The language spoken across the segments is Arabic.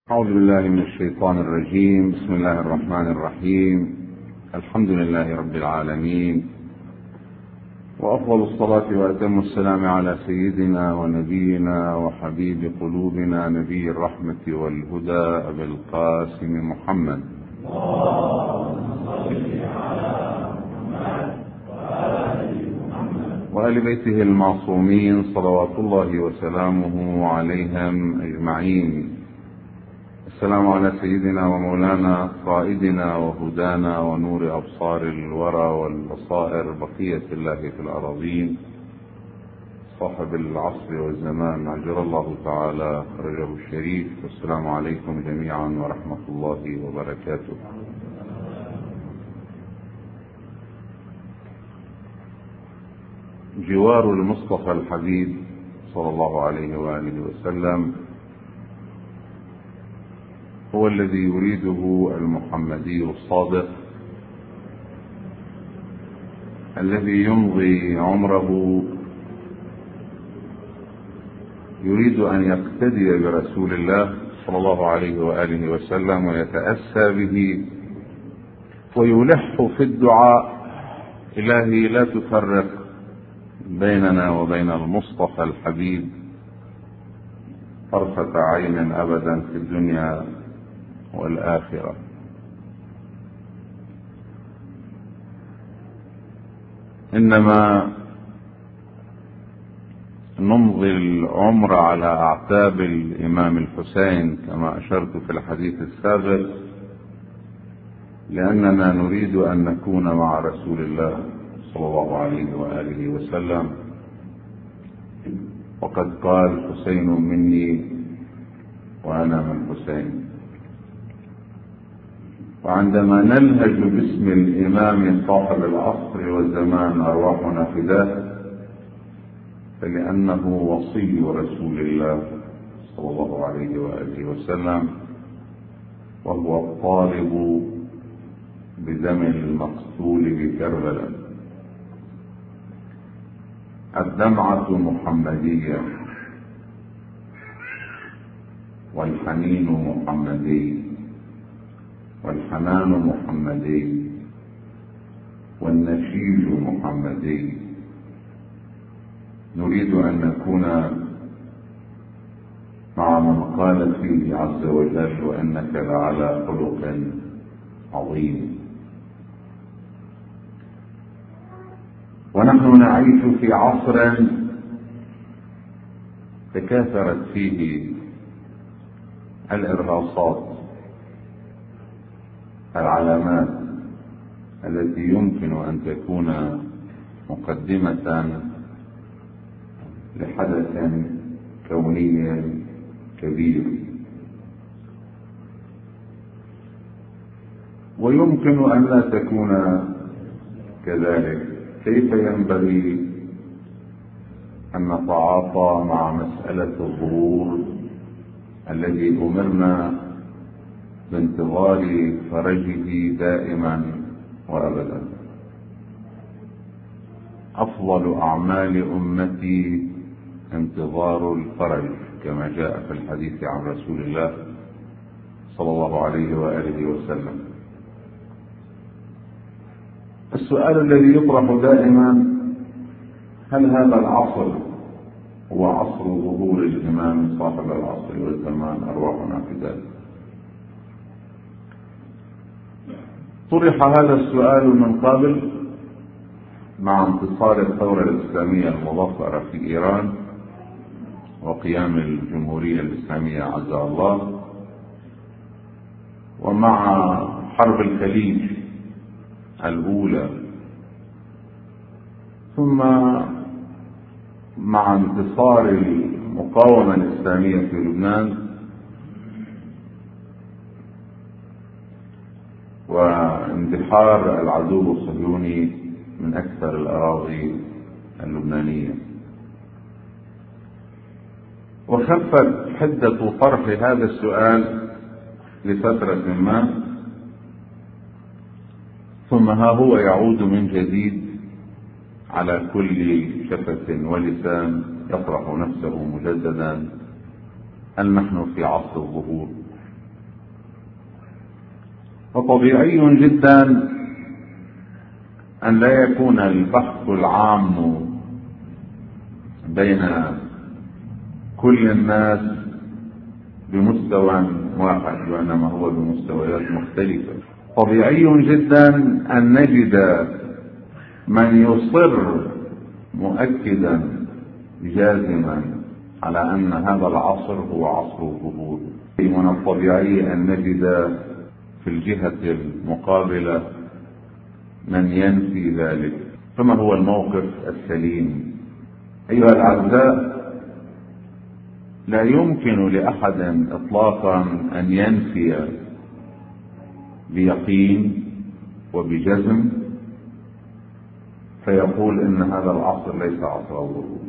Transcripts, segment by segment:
أعوذ بالله من الشيطان الرجيم. بسم الله الرحمن الرحيم. الحمد لله رب العالمين، وأفضل الصلاة وأتم السلام على سيدنا ونبينا وحبيب قلوبنا نبي الرحمة والهدى أبي القاسم محمد وآل بيته المعصومين صلوات الله وسلامه عليهم أجمعين. السلام على سيدنا ومولانا قائدنا وهدانا ونور أبصار الورى والبصائر بقية الله في الأراضين، صاحب العصر والزمان عجل الله تعالى خرجه الشريف. والسلام عليكم جميعا ورحمة الله وبركاته. جوار المصطفى الحبيب صلى الله عليه وآله وسلم هو الذي يريده المحمدي الصادق، الذي يمضي عمره يريد أن يقتدي برسول الله صلى الله عليه وآله وسلم ويتأسى به ويلح في الدعاء: إلهي لا تفرق بيننا وبين المصطفى الحبيب طرفة عين أبدا في الدنيا والآخرة. إنما نمضي العمر على أعتاب الإمام الحسين كما أشرت في الحديث السابق، لأننا نريد أن نكون مع رسول الله صلى الله عليه وآله وسلم، وقد قال: حسين مني وأنا من حسين. وعندما نلهج باسم الإمام صاحب العصر والزمان أرواحنا فداه، فلأنه وصي رسول الله صلى الله عليه وآله وسلم، وهو الطالب بدم المقتول بكربلاء. الدمعة محمدية والحنين محمدي والحنان محمدي والنشيج محمدي. نريد أن نكون مع من قال فيه عز وجل: وإنك لعلى خلق عظيم. ونحن نعيش في عصر تكاثرت فيه الإرهاصات، العلامات التي يمكن أن تكون مقدمة لحدث كوني كبير، ويمكن أن لا تكون كذلك. كيف ينبغي أن نتعاطى مع مسألة الظهور الذي أمرنا بانتظار فرجه دائما وأبدا؟ أفضل أعمال أمتي انتظار الفرج، كما جاء في الحديث عن رسول الله صلى الله عليه وآله وسلم. السؤال الذي يطرح دائما: هل هذا العصر هو عصر ظهور الإمام صاحب العصر والزمان أرواحنا فداه؟ طرح هذا السؤال من قبل مع انتصار الثورة الإسلامية المظفرة في إيران وقيام الجمهورية الإسلامية عز الله، ومع حرب الخليج الأولى، ثم مع انتصار المقاومة الإسلامية في لبنان، واندحار العدو الصهيوني من أكثر الأراضي اللبنانية. وخفت حدة طرح هذا السؤال لفترة ما، ثم ها هو يعود من جديد على كل شفة ولسان يطرح نفسه مجددا: هل نحن في عصر الظهور؟ وطبيعي جدا أن لا يكون البحث العام بين كل الناس بمستوى واحد، وإنما هو بمستويات مختلفة. طبيعي جدا أن نجد من يصر مؤكدا جازما على أن هذا العصر هو عصر الظهور. من الطبيعي أن نجد في الجهة المقابلة من ينفي ذلك. فما هو الموقف السليم؟ أيها الأعزاء، لا يمكن لأحد إطلاقا أن ينفي بيقين وبجزم فيقول إن هذا العصر ليس عصر الظهور،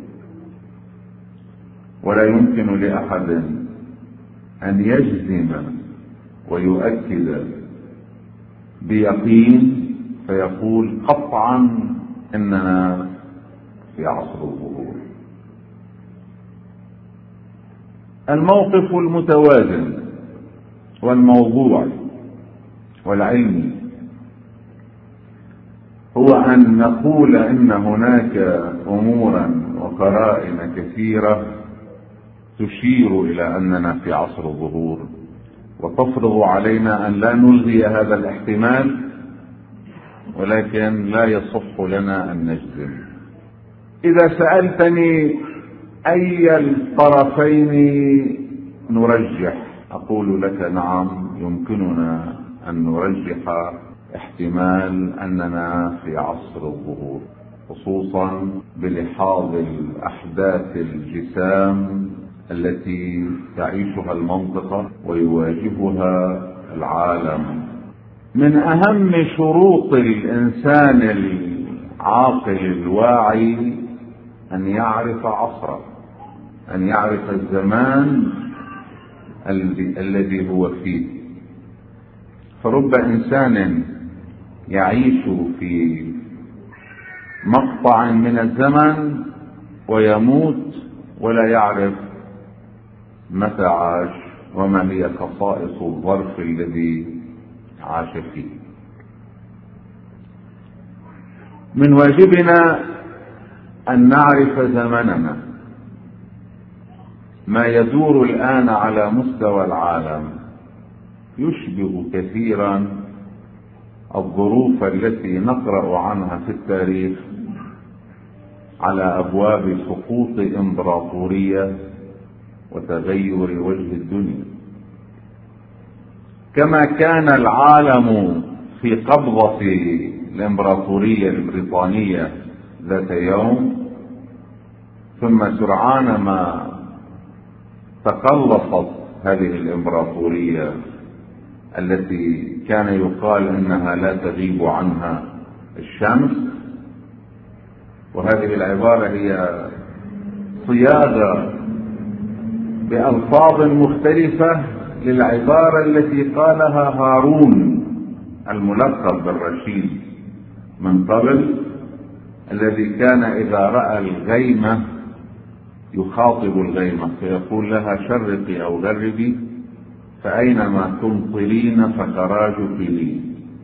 ولا يمكن لأحد أن يجزم ويؤكد بيقين فيقول قطعا إننا في عصر الظهور. الموقف المتوازن والموضوعي والعلمي هو أن نقول إن هناك أمورا وقرائن كثيرة تشير إلى أننا في عصر الظهور، وتفرض علينا أن لا نلغي هذا الاحتمال، ولكن لا يصح لنا أن نجزم. إذا سألتني أي الطرفين نرجح، أقول لك نعم، يمكننا أن نرجح احتمال أننا في عصر الظهور، خصوصا بلحاظ الأحداث الجسام التي تعيشها المنطقة ويواجهها العالم. من أهم شروط الإنسان العاقل الواعي أن يعرف عصره، أن يعرف الزمان الذي هو فيه. فرب إنسان يعيش في مقطع من الزمن ويموت ولا يعرف متى عاش وما هي خصائص الظرف الذي عاش فيه. من واجبنا أن نعرف زمننا. ما يدور الآن على مستوى العالم يشبه كثيرا الظروف التي نقرأ عنها في التاريخ على أبواب سقوط إمبراطورية وتغير وجه الدنيا. كما كان العالم في قبضة الإمبراطورية البريطانية ذات يوم، ثم سرعان ما تقلصت هذه الإمبراطورية التي كان يقال إنها لا تغيب عنها الشمس، وهذه العبارة هي صياغة بألفاظ مختلفة للعبارة التي قالها هارون الملقب بالرشيد من قبل، الذي كان إذا رأى الغيمة يخاطب الغيمة فيقول لها شرقي أو غربي، فأينما تمطرين فخراجك لي.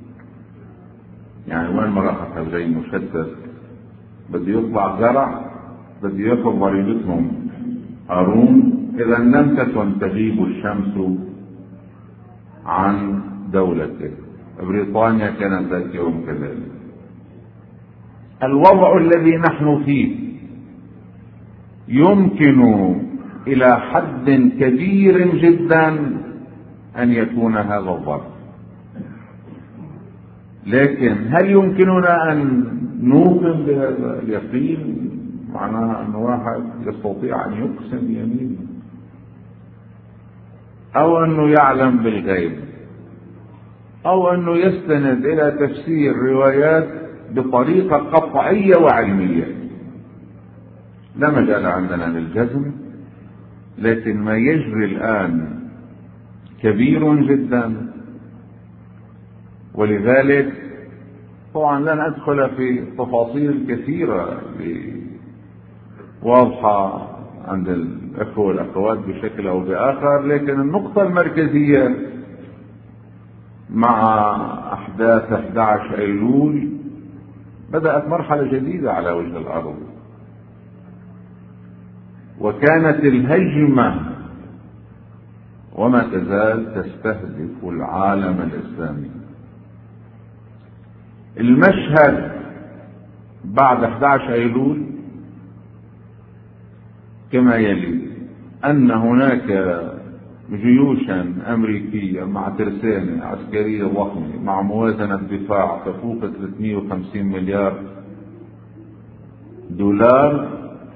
يعني وين ما راحت الغيم مشتت بده يطلع زرع، بده ياخذ ضريبتهم هارون. إذا لم تكن تغيب الشمس عن دولته. بريطانيا كانت ذات يوم كذلك. الوضع الذي نحن فيه يمكن إلى حد كبير جدا أن يكون هذا الظرف، لكن هل يمكننا أن نوقن بهذا اليقين؟ معناها أن واحد يستطيع أن يقسم يمينه أو أنه يعلم بالغيب أو أنه يستند إلى تفسير روايات بطريقة قطعية وعلمية. لا مجال عندنا للجزم، لكن ما يجري الآن كبير جدا، ولذلك طبعا لن أدخل في تفاصيل كثيرة واضحة عند الأخوة والأخوات بشكل أو بآخر، لكن النقطة المركزية مع أحداث 11 أيلول بدأت مرحلة جديدة على وجه الأرض، وكانت الهجمة وما تزال تستهدف العالم الإسلامي. المشهد بعد 11 أيلول كما يلي: أن هناك جيوشا أمريكية مع ترسانة عسكرية ضخمة مع موازنة دفاع تفوق 350 مليار دولار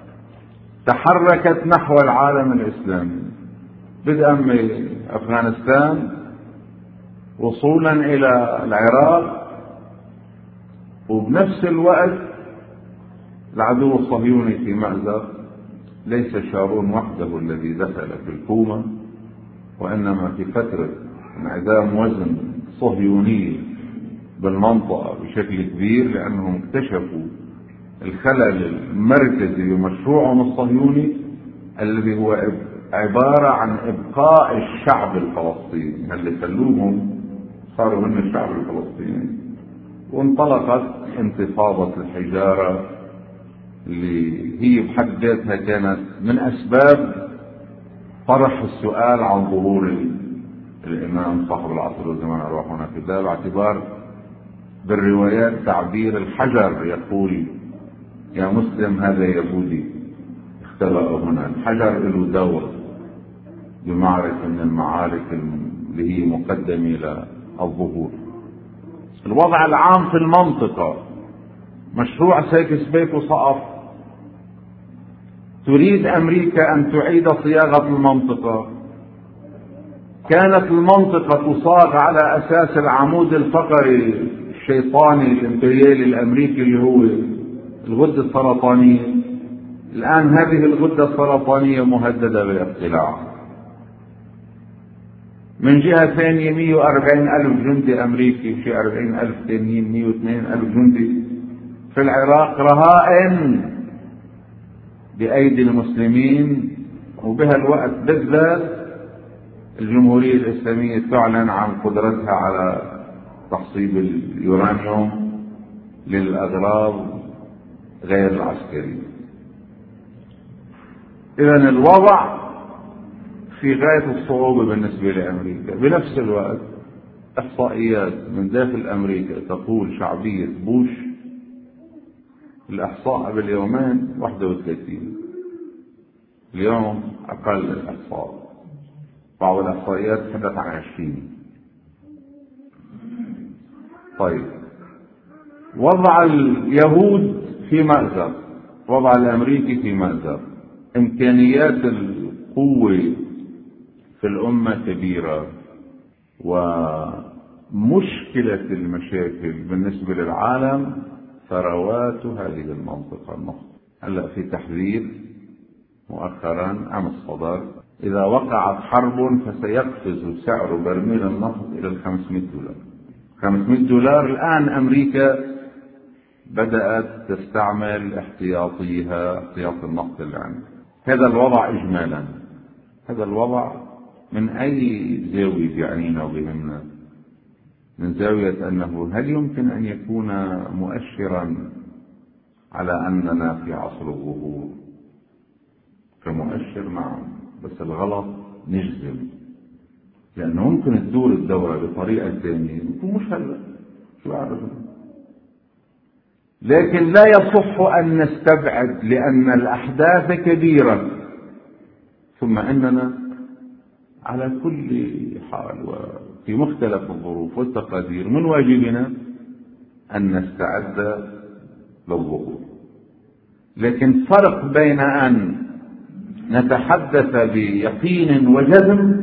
تحركت نحو العالم الإسلامي، بدءا من أفغانستان وصولا إلى العراق. وبنفس الوقت العدو الصهيوني في مأزق، ليس شارون وحده الذي دخل في الكومة، وإنما في فترة انعدام وزن صهيوني بالمنطقة بشكل كبير، لأنهم اكتشفوا الخلل المركزي بمشروعهم الصهيوني الذي هو عبارة عن إبقاء الشعب الفلسطيني، اللي خلوهم صاروا من الشعب الفلسطيني. وانطلقت انتفاضة الحجارة اللي هي بحد ذاتها كانت من أسباب طرح السؤال عن ظهور الإمام صاحب العصر والزمان أرواحنا في ذلك، باعتبار بالروايات تعبير الحجر يقول: يا مسلم هذا يهودي اختبأ هنا. الحجر له دور بمعركة من المعارك اللي هي مقدمة إلى الظهور. الوضع العام في المنطقة: مشروع سايكس بيكو سقط. تريد أمريكا أن تعيد صياغة المنطقة. كانت المنطقة تصاغ على أساس العمود الفقري الشيطاني الإمبريالي الأمريكي اللي هو الغدة السرطانية. الآن هذه الغدة السرطانية مهددة بالاقتلاع. من جهة ثانية 140 ألف جندي أمريكي، شيء 40 ألف تانيين، 102 ألف جندي في العراق رهائن بأيدي المسلمين. وبها الوقت بالذات الجمهورية الإسلامية تعلن عن قدرتها على تحصيب اليورانيوم للأغراض غير العسكرية. إذن الوضع في غاية الصعوبة بالنسبة لأمريكا. بنفس الوقت إحصائيات من داخل أمريكا تقول شعبية بوش الإحصاء قبل يومين 31، اليوم أقل الإحصاء، بعض الإحصائيات تحدث عن 20. طيب، وضع اليهود في مأزق، وضع الأمريكي في مأزق. إمكانيات القوة في الأمة كبيرة، ومشكلة المشاكل بالنسبة للعالم ثروات هذه المنطقة النفط. هلأ في تحذير مؤخرا أمس صدر: إذا وقعت حرب فسيقفز سعر برميل النفط إلى 500 دولار. 500 دولار. الآن أمريكا بدأت تستعمل احتياطيها، احتياط النفط اللي عندها. هذا الوضع إجمالا، هذا الوضع من أي زاوية بيعنينا وبيهمنا؟ من زاوية أنه هل يمكن أن يكون مؤشرا على أننا في عصر الظهور؟ كمؤشر نعم، بس الغلط نجزم، لأنه ممكن تدور الدورة بطريقة ثانية مش هلا، شو أعرف. لكن لا يصح أن نستبعد، لأن الأحداث كبيرة، ثم أننا على كل حال وفي مختلف الظروف والتقادير من واجبنا أن نستعد للظهور. لكن فرق بين أن نتحدث بيقين وجزم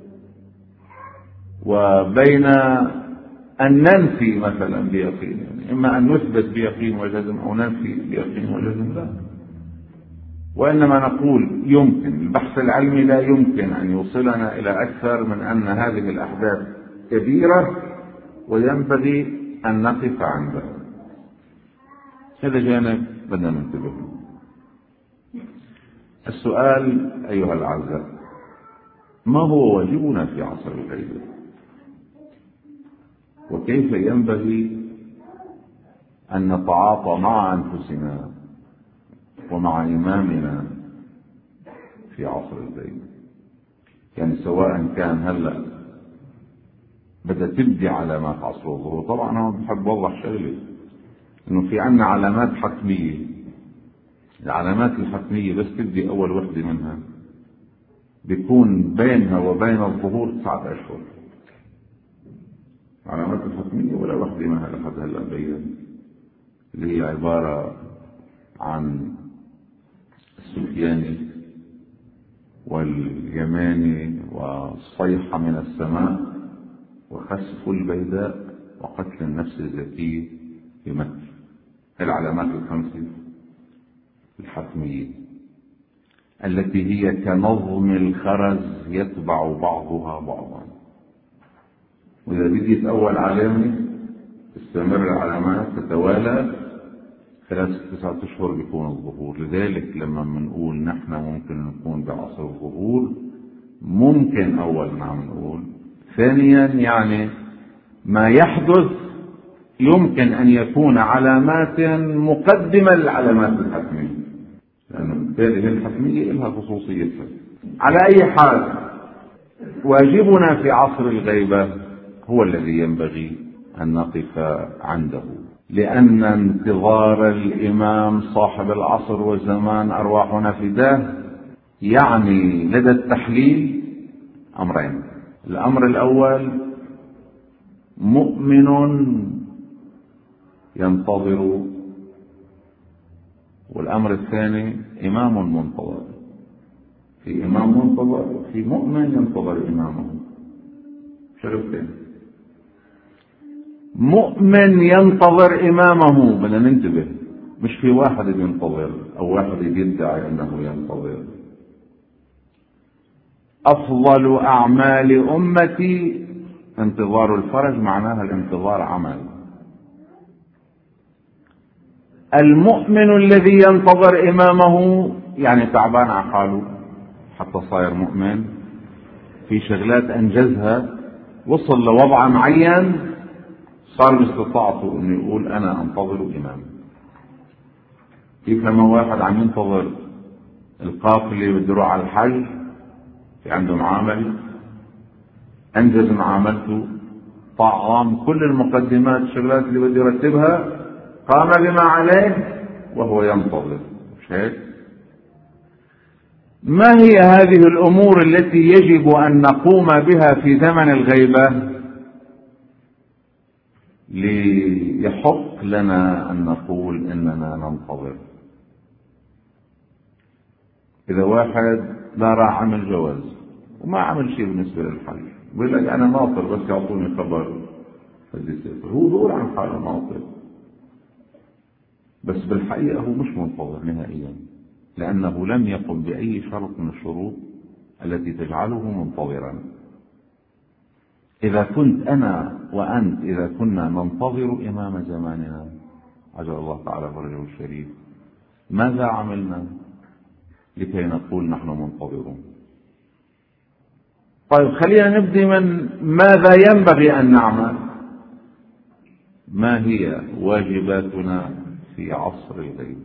وبين أن ننفي مثلا بيقين، يعني إما أن نثبت بيقين وجزم أو ننفي بيقين وجزم، لا. وإنما نقول يمكن البحث العلمي لا يمكن أن يوصلنا إلى أكثر من أن هذه الأحداث كبيرة وينبغي أن نقف عندها. هذا جانب بدنا ننتبه. السؤال أيها الأعزاء: ما هو واجبنا في عصر الغيبة؟ وكيف ينبغي أن نتعاطى مع أنفسنا ومع إمامنا في عصر الغيبة. يعني سواء كان هلأ بدأ تبدي علامات عصر الظهور. طبعا أنا بحب أوضح شغلة، إنه في عنا علامات حتمية. العلامات الحتمية بس تبدي أول وحدة منها بيكون بينها وبين الظهور 9 أشهر. علامات الحتمية ولا وحدة منها لحد هلأ بين، اللي هي عبارة عن السفياني واليماني والصيحة من السماء وخسف البيداء وقتل النفس الزكية بمكة. العلامات الخمسة الحتمية التي هي كنظم الخرز يتبع بعضها بعضا. وإذا بديت أول علامة تستمر العلامات تتوالى خلال 9 أشهر بيكون الظهور. لذلك لما بنقول نحن ممكن نكون بعصر الظهور، ممكن أول نعم نقول، ثانيا يعني ما يحدث يمكن أن يكون علامات مقدمة للعلامات الحتمية، لأن هذه الحتمية لها خصوصيتها. على أي حال، واجبنا في عصر الغيبة هو الذي ينبغي أن نقف عنده، لأن انتظار الإمام صاحب العصر والزمان أرواحنا فداه يعني لدى التحليل أمرين. الأمر الأول مؤمن ينتظر، والأمر الثاني إمام منتظر. في إمام منتظر وفي مؤمن ينتظر إمامه. شرفتين. مؤمن ينتظر إمامه، بدنا ننتبه، مش في واحد ينتظر أو واحد يدعي أنه ينتظر. أفضل أعمال أمتي انتظار الفرج، معناها الانتظار عمل. المؤمن الذي ينتظر إمامه يعني تعبان على حاله حتى صاير مؤمن، في شغلات أنجزها، وصل لوضع معين صار باستطاعته انه يقول انا انتظر امام. كيف لما واحد عم ينتظر القافله بده يروح على الحج، في عنده معامله، انجز معاملته، طعام كل المقدمات الشغلات اللي بده يرتبها، قام بما عليه وهو ينتظر، مش هيك؟ ما هي هذه الامور التي يجب ان نقوم بها في زمن الغيبه ليحق لنا أن نقول إننا ننتظر؟ إذا واحد لا راح عمل جواز وما عمل شيء بالنسبة للحج، بيقول لك أنا ناطر بس يعطوني خبر بدي أسافر، هو دور عن حاله ناطر، بس بالحقيقة هو مش منتظر نهائيا، لأنه لم يقم بأي شرط من الشروط التي تجعله منتظرا. إذا كنت أنا وأنت إذا كنا ننتظر إمام زماننا عجل الله تعالى فرجه الشريف، ماذا عملنا لكي نقول نحن منتظرون؟ طيب خلينا نبدأ من ماذا ينبغي أن نعمل. ما هي واجباتنا في عصر الغيب؟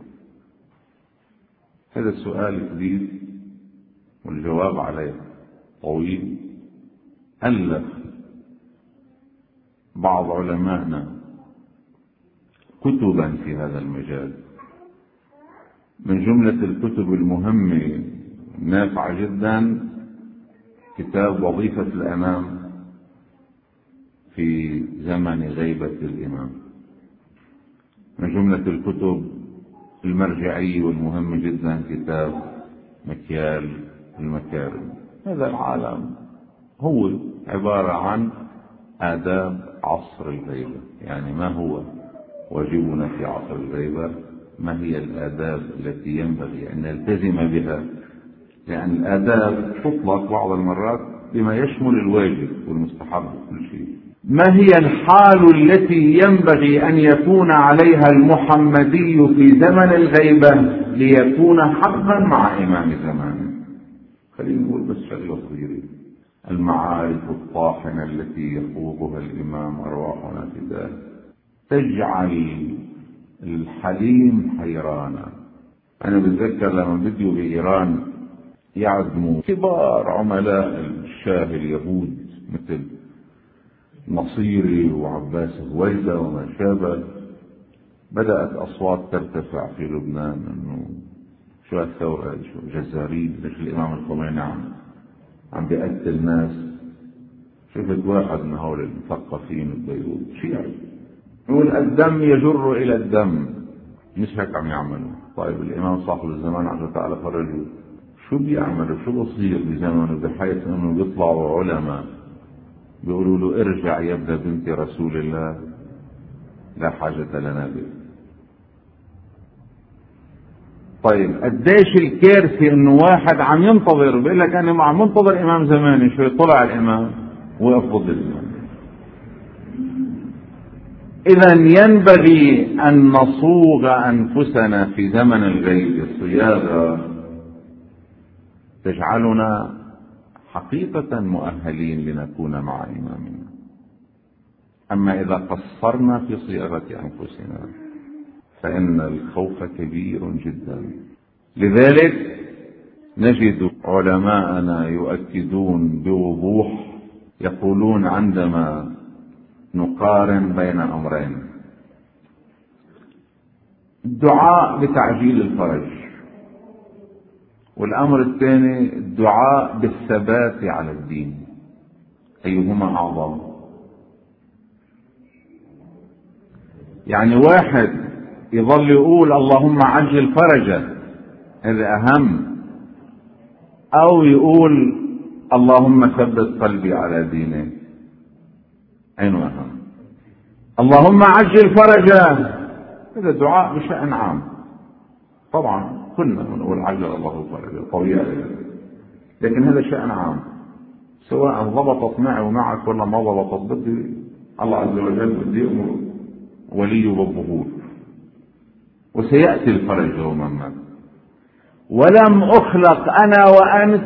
هذا السؤال كبير والجواب عليه طويل. ألف بعض علمائنا كتبا في هذا المجال، من جملة الكتب المهمة نافعة جدا كتاب وظيفة الأمام في زمن غيبة الإمام. من جملة الكتب المرجعية والمهمة جدا كتاب مكيال المكارم. هذا العالم هو عبارة عن آداب عصر الغيبة، يعني ما هو واجبنا في عصر الغيبة، ما هي الآداب التي ينبغي أن نلتزم بها، لأن الآداب تطلق بعض المرات بما يشمل الواجب والمستحب وكل شيء. ما هي الحال التي ينبغي أن يكون عليها المحمدي في زمن الغيبة ليكون حقا مع إمام زمانه؟ خلينا نقول بس شغلة صغيرة. المعارف الطاحنة التي يخوضها الإمام أرواحنا فداه تجعل الحليم حيرانا. أنا بتذكر لما بدوا بإيران يعزموا كبار عملاء الشاه اليهود مثل نصيري وعباس هويدا وما شابه، بدأت أصوات ترتفع في لبنان أنه شو الثورة، شو جزارين، ليش الإمام الخميني عم بيقتل ناس. شفت واحد من هول المثقفين ببيروت شيعي يقول الدم يجر إلى الدم، مش هيك عم يعملوا. طيب الإمام صاحب الزمان عز تعالى فرجوا شو بيعملوا، شو بصير بزمنه، بحيث أنه بيطلعوا علماء بيقولوا له ارجع يا ابن بنت رسول الله لا حاجة لنا به. طيب قديش الكارثة انه واحد عم ينتظر، بيقول لك انا عم منتظر امام زماني، شوي طلع الامام وقف ضد الامام. اذا ينبغي ان نصوغ انفسنا في زمن الغيب صياغة تجعلنا حقيقة مؤهلين لنكون مع امامنا. اما اذا قصرنا في صياغة انفسنا فإن الخوف كبير جدا. لذلك نجد علماءنا يؤكدون بوضوح، يقولون عندما نقارن بين أمرين: الدعاء بتعجيل الفرج، والأمر الثاني الدعاء بالثبات على الدين، أيهما أعظم؟ يعني واحد يظل يقول اللهم عجل فرجه، هذا أهم، أو يقول اللهم ثبت قلبي على دينه، أين أهم؟ اللهم عجل فرجه هذا دعاء بشأن عام، طبعا كنا نقول عجل الله فرجه طبيعي، لكن هذا شأن عام، سواء ضبطت معي ومعك ولا ما ضبطت، بدي الله عز وجل بدي أمر ولي بالظهور، وسيأتي الفرج يوما ما. ولم أخلق أنا وأنت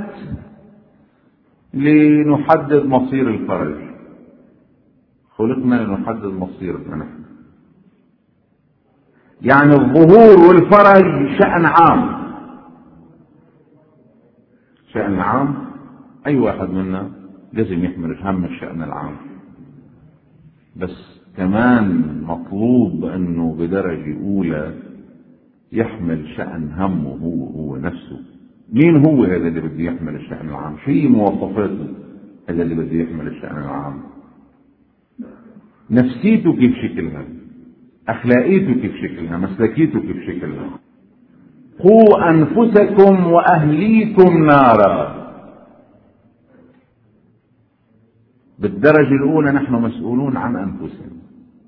لنحدد مصير الفرج، خلقنا لنحدد مصيرنا نحن. يعني الظهور والفرج شأن عام، شأن عام، أي واحد منا لازم يحمل هم الشأن العام، بس كمان مطلوب أنه بدرجة أولى يحمل شأن همه هو نفسه. مين هو هذا اللي بده يحمل الشأن العام؟ شيء مواصفاته هذا اللي بده يحمل الشأن العام. نفسيته كيف شكلها، أخلاقيته كيف شكلها، مسلكيته كيف شكلها. قوا أنفسكم وأهليكم نارا. بالدرجة الأولى نحن مسؤولون عن أنفسنا.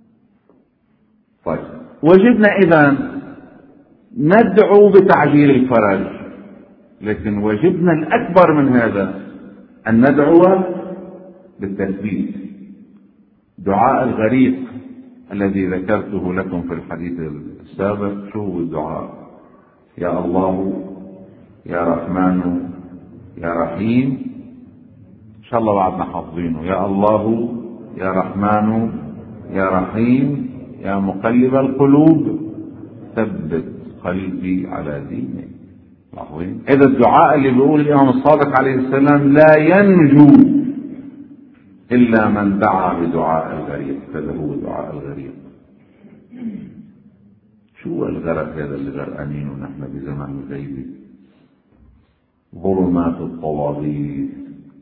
طيب وجدنا إذن ندعو بتعجيل الفرج، لكن وجدنا الأكبر من هذا أن ندعو بالتثبيت. دعاء الغريق الذي ذكرته لكم في الحديث السابق، شو هو الدعاء؟ يا الله يا رحمن يا رحيم، إن شاء الله بعدنا حافظينه، يا الله يا رحمن يا رحيم يا مقلب القلوب ثبت قلبي على دينك. لاحظين؟ إذا الدعاء اللي بيقول الإمام الصادق عليه السلام لا ينجو إلا من دعا بدعاء الغريق، هذا هو دعاء الغريق. شو الغرق هذا اللي غرقانين ونحن بزمن الغيب؟ ظلمات الطواغيت،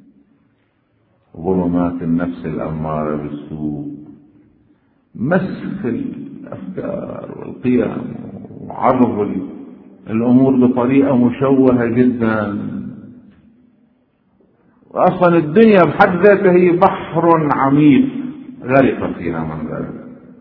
ظلمات النفس الأمارة بالسوء، مسخ الأفكار والقيم وعرض الأمور بطريقة مشوهة جدا. وأصلا الدنيا بحد ذاتها هي بحر عميق غرق فيها من غرق.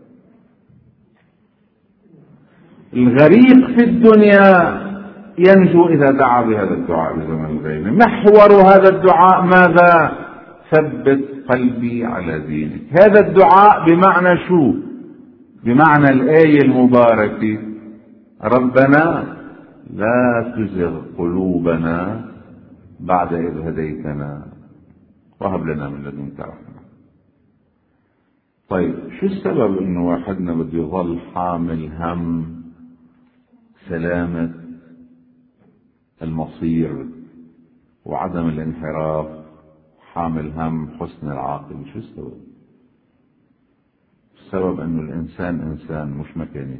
الغريق في الدنيا ينجو إذا دعا بهذا الدعاء بزمن الغيب. محور هذا الدعاء ماذا؟ ثبت قلبي على دينك. هذا الدعاء بمعنى شو؟ بمعنى الآية المباركة ربنا لا تزغ قلوبنا بعد إذ هديتنا وهب لنا من لدنك رحمة. طيب شو السبب انه واحدنا بده يظل حامل هم سلامة المصير وعدم الانحراف، حامل هم حسن العاقبة؟ شو السبب؟ السبب انه الانسان انسان مش مكاني.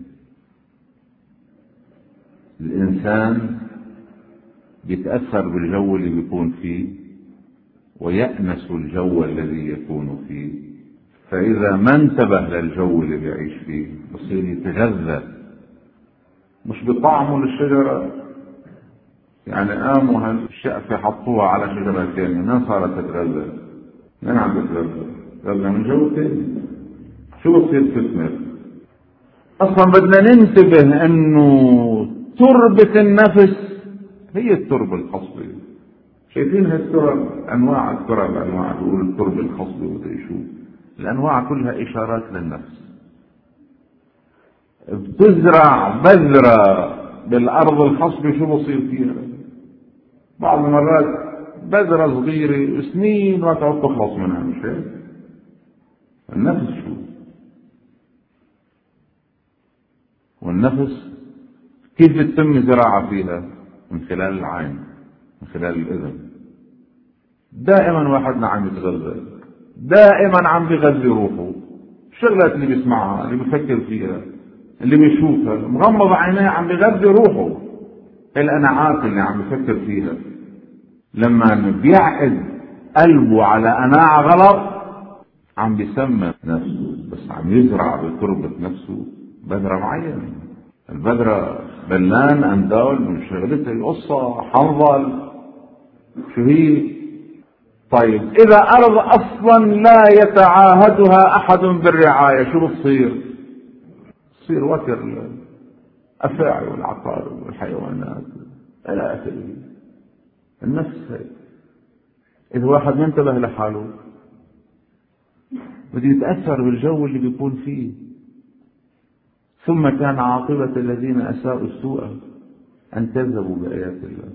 الانسان بيتأثر بالجو اللي بيكون فيه ويأنس الجو الذي يكون فيه، فإذا ما انتبه للجو اللي بيعيش فيه بصير يتغذى مش بطعمه للشجرة. يعني قاموا هالشقفة حطوها على شجرة ثانية، ما صارت تتغذى. من عم تتغذى؟ تتغذى من جو ثاني. شو بصير تثمر؟ أصلا بدنا ننتبه أنه تربة النفس هي التربة الخصبة. شايفين هالترب، أنواع الترب، أنواع بيقول التربة الخصبة وتعيشوا، الأنواع كلها إشارات للنفس. بتزرع بذرة بالأرض الخصبة، شو بصير فيها؟ بعض المرات بذرة صغيرة سنين ما تعود تخلص منها، مش هيك؟ النفس شو؟ والنفس كيف تتم زراعة فيها؟ من خلال العين، من خلال الإذن. دائما واحدنا عم يتغذى، دائما عم بيغذي روحه. الشغلات اللي بيسمعها، اللي بيفكر فيها، اللي بيشوفها، مغمض عينيه عم بيغذي روحه. القناعات اللي عم بيفكر فيها، لما بيعقد قلبه على قناعة غلط عم بيسمم نفسه، بس عم يزرع بتربة نفسه بذرة معينة. البذرة بلان أندول من شغلتها القصة حنظل شو هي. طيب إذا أرض أصلا لا يتعاهدها أحد بالرعاية شو بتصير؟ بتصير وتر الأفاعي والعقارب والحيوانات إلى آخره. النفس هيك. إذا واحد ما انتبه لحاله بده يتأثر بالجو اللي بيكون فيه. ثم كان عاقبة الذين أساءوا السوء أن كذبوا بآيات الله.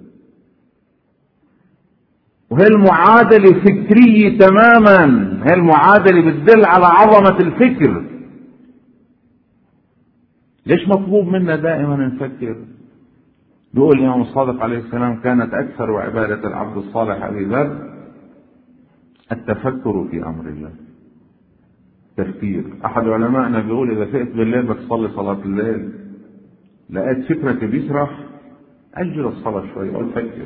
وهي المعادلة فكرية تماما، هي المعادلة بتدل على عظمة الفكر. ليش مطلوب منا دائما نفكر؟ بيقول الإمام الصادق عليه السلام: كانت أكثر عبادة العبد الصالح أبي ذر التفكر في أمر الله. تفكير. أحد علمائنا بيقول: إذا فقت بالليل بدك تصلي صلاة الليل، لقيت فكرك بيسرح، أجل الصلاة شوي وفكر.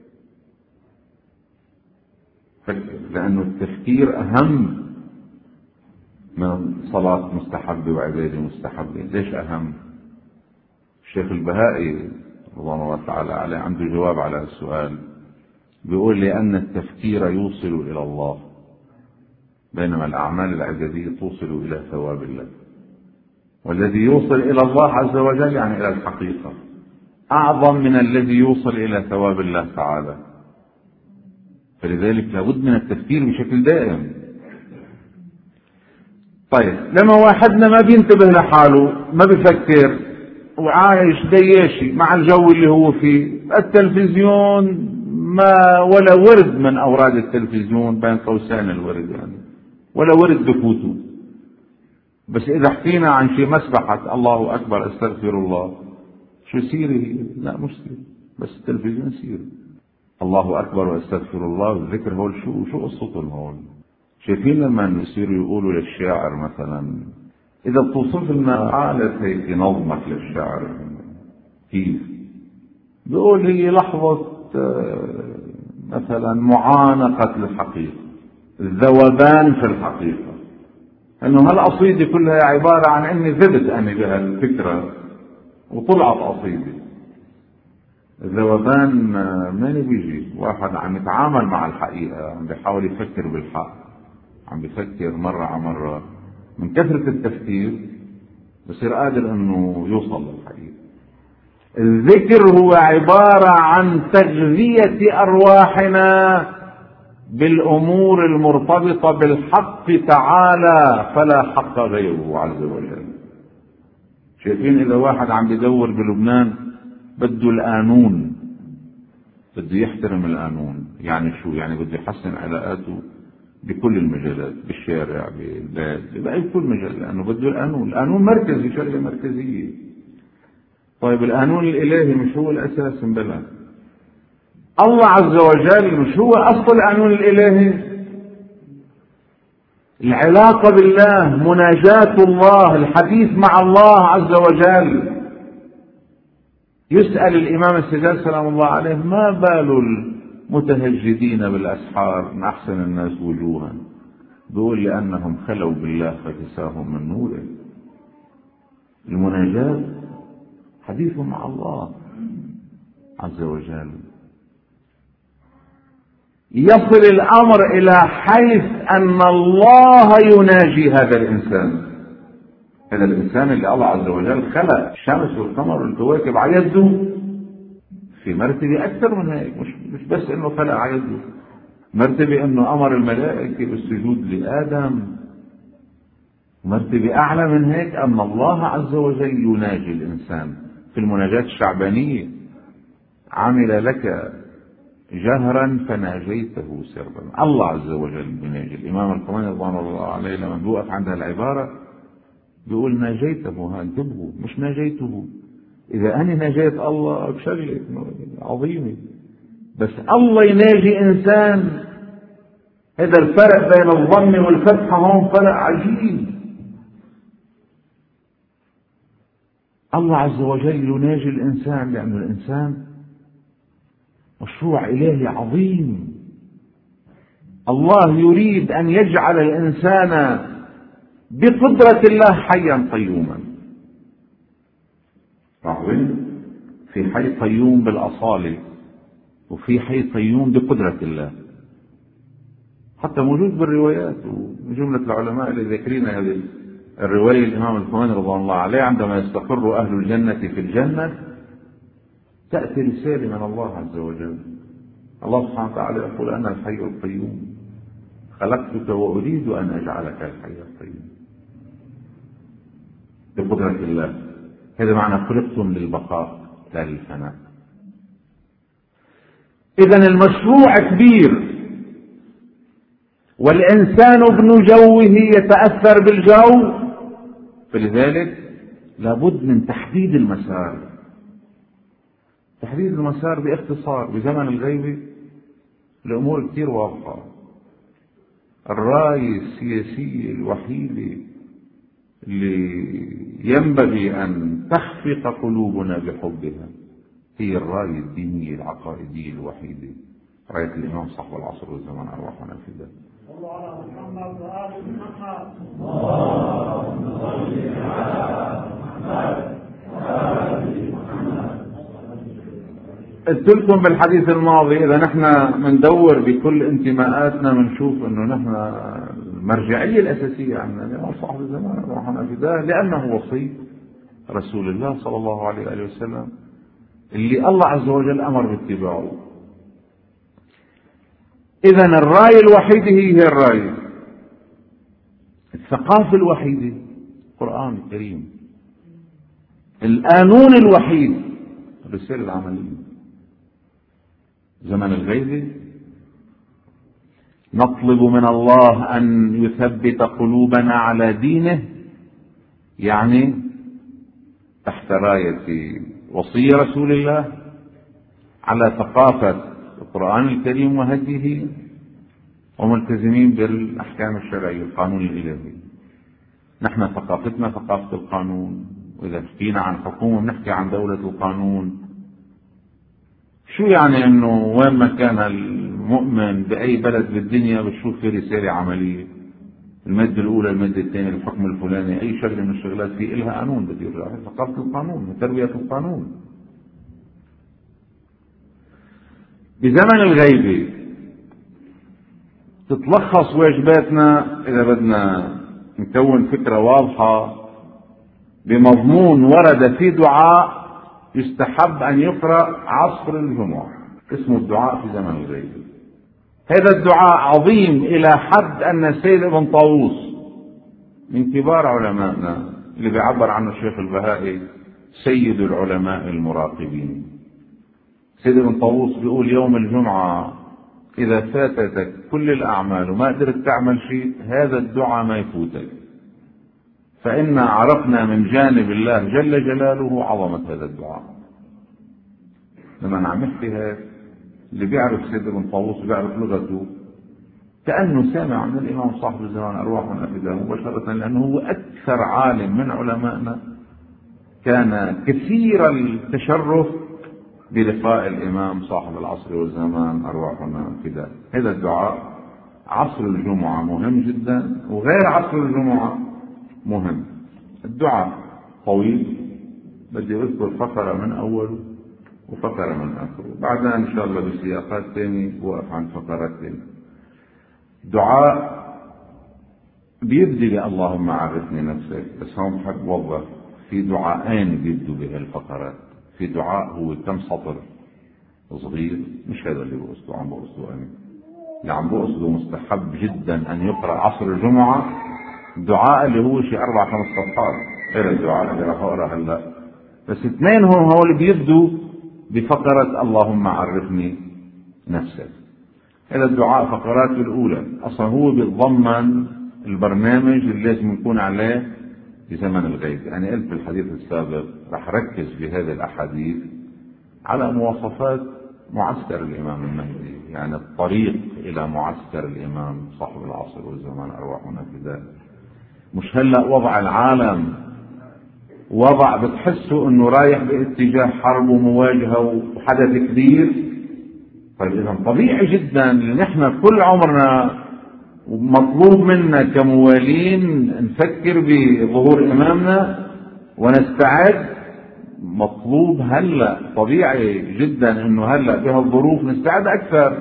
فكر، لأنه التفكير أهم من صلاة مستحبة وعبادة مستحبة. ليش أهم؟ الشيخ البهائي رضوان الله تعالى عليه عنده جواب على السؤال، بيقول: لأن التفكير يوصل إلى الله، بينما الأعمال العبادية توصل إلى ثواب الله. والذي يوصل إلى الله عز وجل يعني إلى الحقيقة أعظم من الذي يوصل إلى ثواب الله تعالى. فلذلك لابد من التفكير بشكل دائم. طيب لما واحدنا ما بينتبه لحاله، ما بيفكر وعايش دياشي مع الجو اللي هو فيه، التلفزيون ما ولا ورد من أوراد التلفزيون بين قوسين الورد يعني، ولا ورد بفوته. بس إذا حكينا عن شيء مسبحة الله أكبر استغفر الله، شو سيري؟ لا مش سيري، بس التلفزيون سيري. الله أكبر واستغفر الله الذكر هو شو قصتهم هون؟ شايفين لما يصيروا يقولوا للشاعر مثلا، إذا بتوصف لنا حالة هيك نظمك للشعر كيف؟ بيقول هي لحظة مثلا معانقة الحقيقة، الذوبان في الحقيقة، انه هالقصيدة كلها عبارة عن اني ذبت انا بهالفكرة وطلعت قصيدة. الذوبان ماني بيجي واحد عم يتعامل مع الحقيقة، عم بيحاول يفكر بالحق، عم بيفكر مرة على مرة، من كثرة التفكير بصير قادر انه يوصل للحقيقة. الذكر هو عبارة عن تغذية ارواحنا بالامور المرتبطة بالحق تعالى، فلا حق غيره عز وجل. شايفين اذا واحد عم بدور بلبنان بده القانون، بده يحترم القانون، يعني شو؟ يعني بده يحسن علاقاته بكل المجالات، بالشارع، بالبلاد، بأي كل مجال، لأنه بده القانون مركزي، شريعة مركزية. طيب القانون الإلهي مش هو الأساس؟ بلى الله عز وجل مش هو أصل القانون الإلهي؟ العلاقة بالله، مناجاة الله، الحديث مع الله عز وجل. يسأل الإمام السجاد سلام الله عليه: ما بال المتهجدين بالأسحار من أحسن الناس وجوها؟ بيقول: لأنهم خلوا بالله فكساهم من نوره. المناجاة حديث مع الله عز وجل. يصل الأمر إلى حيث أن الله يناجي هذا الإنسان، هذا الإنسان اللي الله عز وجل خلق الشمس والقمر والكواكب على يده، في مرتبة أكثر من هيك. مش بس إنه خلق على يده، مرتبة إنه أمر الملائكة بالسجود لآدم، مرتبة أعلى من هيك أن الله عز وجل يناجي الإنسان في المناجاة الشعبانية. عمل لك جهرا فناجيته سرا. الله عز وجل يناجي. الإمام الخميني رضوان الله عليه لما بيوقف عند العبارة بيقول: ناجيته. انتبهوا، مش ناجيته. إذا أنا ناجيت الله بشغلة عظيمة، بس الله يناجي إنسان، هذا الفرق بين الضم والفتحة هون فرق عجيب. الله عز وجل يناجي الإنسان لأن الإنسان مشروع إلهي عظيم. الله يريد أن يجعل الإنسان بقدرة الله حيا قيوما. عظيم. في حي قيوم بالأصالة، وفي حي قيوم بقدرة الله، حتى موجود بالروايات وجملة العلماء اللي ذاكرين هذه الرواية. الإمام الخميني رضوان الله عليه عندما يستقر أهل الجنة في الجنة تأتي رسالة من الله عز وجل. الله سبحانه وتعالى يقول: أنا الحي القيوم خلقتك وأريد أن أجعلك الحي القيوم. بقدرة الله. هذا معنى خلقتم للبقاء لا للفناء. إذن المشروع كبير، والإنسان ابن جوه يتأثر بالجو، فلذلك لابد من تحديد المسار. تحديد المسار باختصار. بزمن الغيبة الأمور كثير واضحة. الراية السياسية الوحيدة اللي ينبغي أن تخفق قلوبنا بحبها هي الراية الدينية العقائدية الوحيدة، راية الإمام صاحب العصر والزمان أرواحنا في ذلك. صلوا على محمد وآل محمد. اللهم صل على محمد وآل محمد. قلت لكم بالحديث الماضي إذا نحن مندور بكل انتماءاتنا بنشوف إنه نحن المرجعية الأساسية عندنا الإمام صاحب الزمان أرواحنا في ذلك، لأنه وصي رسول الله صلى الله عليه وآله وسلم اللي الله عز وجل أمر باتباعه. إذن الراية الوحيدة هي الراية. الثقافة الوحيدة القرآن الكريم. القانون الوحيد الرسالة العملية. زمن الغيبة نطلب من الله أن يثبت قلوبنا على دينه، يعني تحت راية وصي رسول الله، على ثقافة القرآن الكريم وهديه، وملتزمين بالأحكام الشرعية القانون الإلهي. نحن ثقافتنا ثقافة القانون، وإذا حكينا عن حكومة نحكي عن دولة القانون. شو يعني انه وين ما كان المؤمن بأي بلد بالدنيا بتشوف في رسالة عملية، المادة الأولى المادة الثانية الحكم الفلاني، أي شغلة من الشغلات في إلها قانون بده يرجع. ثقافة القانون، تربية القانون. بزمن الغيبة تتلخص واجباتنا إذا بدنا نكون فكرة واضحة بمضمون ورد في دعاء يستحب أن يقرأ عصر الجمعة، اسمه الدعاء في زمن الغيبة. هذا الدعاء عظيم إلى حد أن السيد ابن طاووس من كبار علمائنا اللي بيعبر عنه الشيخ البهائي سيد العلماء المراقبين. سيد ابن طاووس بيقول: يوم الجمعة إذا فاتتك كل الأعمال وما قدرت تعمل شيء، هذا الدعاء ما يفوتك، فإنا عرفنا من جانب الله جل جلاله عظمة هذا الدعاء. لما عم نحكي هيك، اللي بيعرف سيد بن طاووس بيعرف لغته كأنه سامع من الإمام صاحب الزمان أرواحنا فداه مباشرة، لأنه هو أكثر عالم من علمائنا كان كثير التشرف بلقاء الإمام صاحب العصر والزمان أرواحنا فداه. هذا الدعاء عصر الجمعة مهم جدا، وغير عصر الجمعة مهم. الدعاء طويل، بدي أذكر فقرة من أوله وفقرة من آخره، بعدها إن شاء الله بسياقات ثانية وقف عن فقرات ثانية. دعاء بيبدي اللهم عرفني نفسك، بس هون بحب وضح في دعاءين بيبدوا بهالفقرات. في دعاء هو كم سطر صغير، مش هذا اللي بقصده، عم بقصده أنا اللي عم بقصده مستحب جدا أن يقرأ عصر الجمعة، دعاء اللي هو شيء 4-5 صفحات، غير الدعاء اللي راح أقرأ هلا. بس اثنين هو اللي بيبدوا بفقرة اللهم عرفني نفسك. هذا الدعاء فقراته الأولى أصلا هو بيتضمن البرنامج اللي لازم يكون عليه في زمن الغيب. يعني قلت في الحديث السابق رح ركز في هذه الأحاديث على مواصفات معسكر الإمام المهدي، يعني الطريق إلى معسكر الإمام صاحب العصر والزمان أرواحنا فداه. مش هلأ وضع العالم وضع بتحسوا انه رايح باتجاه حرب ومواجهة وحدث كبير. طيب اذا طبيعي جدا نحن كل عمرنا مطلوب منا كموالين نفكر بظهور امامنا ونستعد. مطلوب هلا طبيعي جدا انه هلا بهالظروف نستعد اكثر.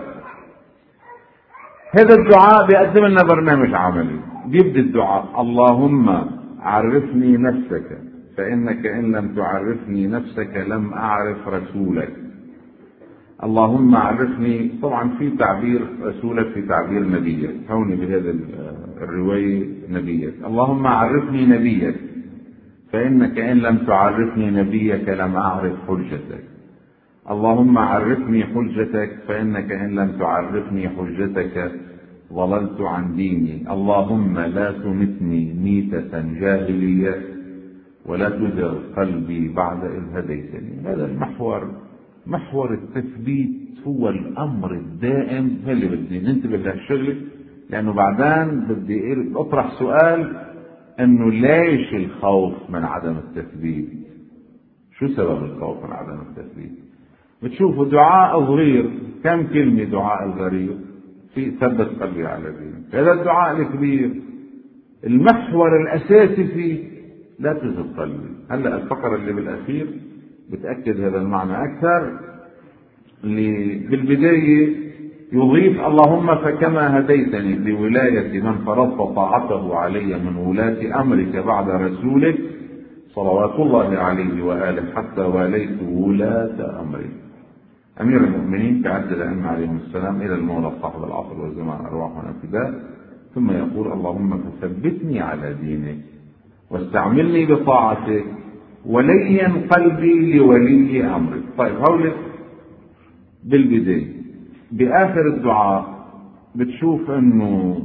هذا الدعاء بيقدم لنا برنامج عملي. بيبدأ الدعاء اللهم عرفني نفسك فإنك إن لم تعرفني نفسك لم أعرف رسولك. اللهم عرفني، طبعا في تعبير رسولك في تعبير نبيك، هون بهذا الرواية نبيك. اللهم عرفني نبيك فإنك إن لم تعرفني نبيك لم أعرف حجتك. اللهم عرفني حجتك فإنك إن لم تعرفني حجتك ضللت عن ديني. اللهم لا تمتني ميتة جاهلية ولا تزغ قلبي بعد إذ هديتني. هذا المحور، محور التثبيت، هو الأمر الدائم. اللي بدي ننتبه لهالشغلة، لأنه بعدين بدي أطرح سؤال إنه ليش الخوف من عدم التثبيت؟ شو سبب الخوف من عدم التثبيت؟ بتشوفوا دعاء صغير كم كلمة، دعاء الغريب في ثبت قلبي على دينك. هذا الدعاء الكبير المحور الأساسي فيه لا تزغ قلبي. هلا الفقرة اللي بالأخير بتأكد هذا المعنى أكثر. اللي بالبداية يضيف اللهم فكما هديتني لولاية من فرضت طاعته علي من ولاة أمرك بعد رسولك صلوات الله عليه وآله حتى واليت ولاة أمرك أمير المؤمنين كعد الأئمة عليهم السلام إلى المولى صاحب العصر والزمان أرواحنا فداه. ثم يقول اللهم فثبتني على دينك واستعملني بطاعتك ولين قلبي لولي أمرك. طيب هولك بالبداية بآخر الدعاء بتشوف انه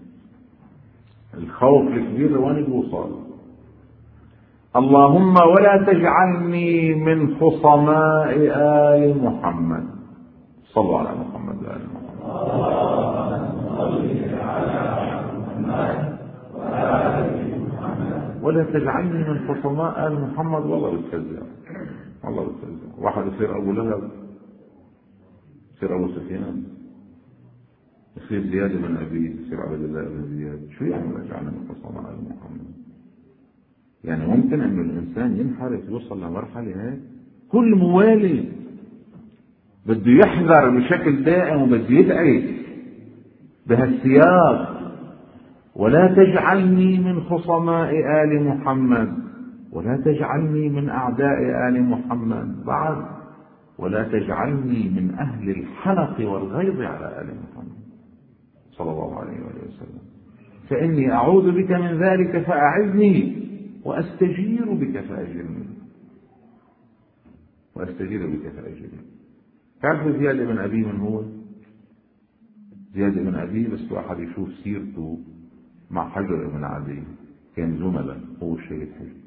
الخوف الكبير وين بيوصل. اللهم ولا تجعلني من خصماء آل محمد. صلوا على محمد وآل محمد. ولا تجعلني من خصماء آل محمد. والله بتفزع، والله بتفزع. واحد يصير أبو لهب، يصير أبو سفيان، يصير زياد بن أبي، يصير عبد الله بن زياد. شو يعني رجعنا من خصماء آل محمد؟ يعني ممكن أن الإنسان ينحرف يوصل لمرحلة هيك؟ كل موالي بده يحذر بشكل دائم وبده يدعي بهالسياق. ولا تجعلني من خصماء آل محمد، ولا تجعلني من أعداء آل محمد. بعد ولا تجعلني من أهل الحنق والغيظ على آل محمد صلى الله عليه وسلم. فإني أعوذ بك من ذلك فأعذني وأستجير بك فأجرني، وأستجير بك فأجرني. تعرف زياد بن أبي من هو؟ زياد بن أبي، بس واحد يشوف سيرته مع حجر بن عدي، كان زملاء، هو الشهيد حجر.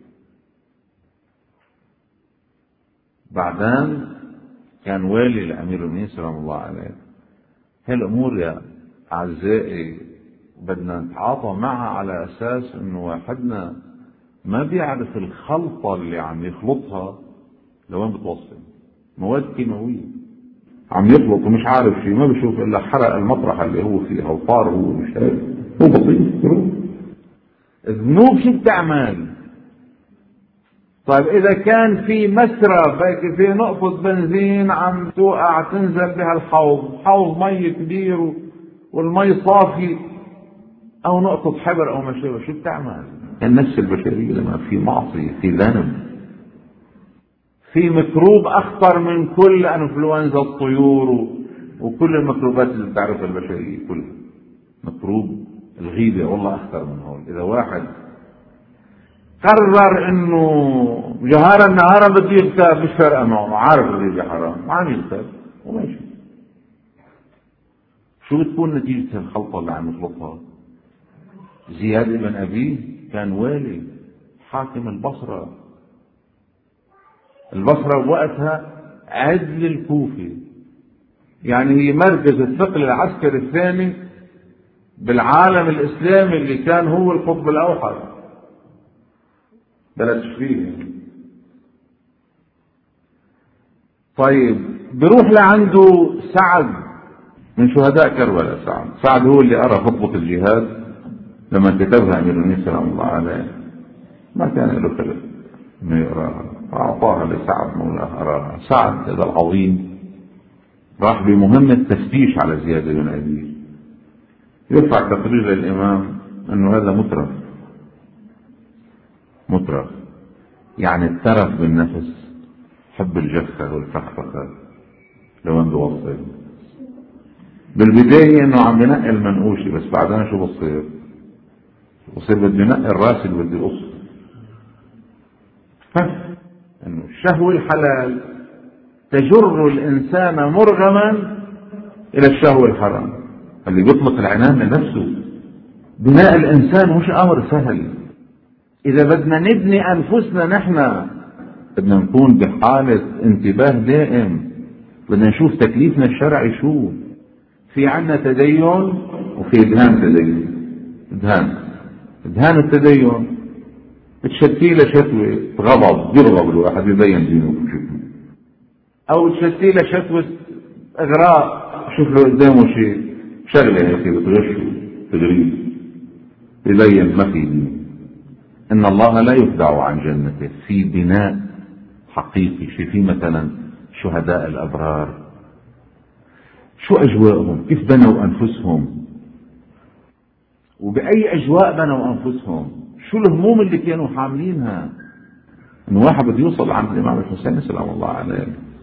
بعدين كان والي لأمير المؤمنين سلام الله عليه. هالأمور يا أعزائي بدنا نتعاطى معها على أساس إنه واحدنا ما بيعرف الخلطة اللي عم يخلطها لوين بتوصل. مواد كيماوية عم يخلط ومش عارف شيء، ما بيشوف إلا حرق المطرح اللي هو فيها وطار، هو مش عارف، هو بسيط. الذنوب شو بتعمل؟ طيب إذا كان في مسرف هيك في نقطة بنزين عم توقع تنزل بها الحوض، حوض مي كبير والمي صافي، أو نقطة حبر أو ما شابه، شو بتعمل؟ النفس البشرية لما في معصية، في ذنب، في ميكروب أخطر من كل أنفلونزا الطيور وكل الميكروبات اللي بتعرفها البشرية كلها. ميكروب الغيبة والله أخطر من هول. إذا واحد قرر انه جهارا نهارا بده يغتاب، مش فارقه معه، عارف الغيبة حرام وعم يغتاب وماشي. شو بتكون نتيجة الخلطة اللي عم يخلطها؟ زياد بن أبي كان والي حاكم البصرة. البصرة بوقتها عدل الكوفي، يعني هي مركز الثقل العسكري الثاني بالعالم الإسلامي، اللي كان هو القطب الأوحد بلد شفيه. طيب بروح لعنده سعد من شهداء كربلاء. سعد هو اللي قرأ خطبة الجهاد لما كتبها أمير المؤمنين سلام الله عليه، ما كان له خلق انه يقراها، فأعطاها لسعد مولاه قراها. سعد هذا العظيم راح بمهمة تفتيش على زياد بن أبي، يرفع تقرير للإمام أنه هذا مترف، يعني الترف بالنفس، حب الجفة والفخفخة لوين بوصل. بالبداية انه عم بنقي المنقوشة، بس بعدين شو بصير بده ينقي الراس اللي بده يقص. انه الشهوة الحلال تجر الانسان مرغما الى الشهوة الحرام، اللي بيطلق العنان لنفسه. بناء الانسان مش امر سهل. اذا بدنا نبني انفسنا نحن بدنا نكون بحالة انتباه دائم، بدنا نشوف تكليفنا الشرعي شو. في عنا تدين وفي ادهان تدين. ادهان التدين بتشتيله شتوة غضب، يرغب الواحد يبين دينه بشكله، او تشتيله شتوة اغراء، شوف له قدامه شيء شغله هيك بتغشه تغريب، يبين ما في دين. ان الله لا يخدع عن جنته. في بناء حقيقي. في مثلا شهداء الابرار، شو اجواءهم، كيف بنوا انفسهم، وباي اجواء بنوا انفسهم، شو الهموم اللي كانوا حاملينها. انه واحد بده يوصل عند الامام الحسين سلام الله عليه،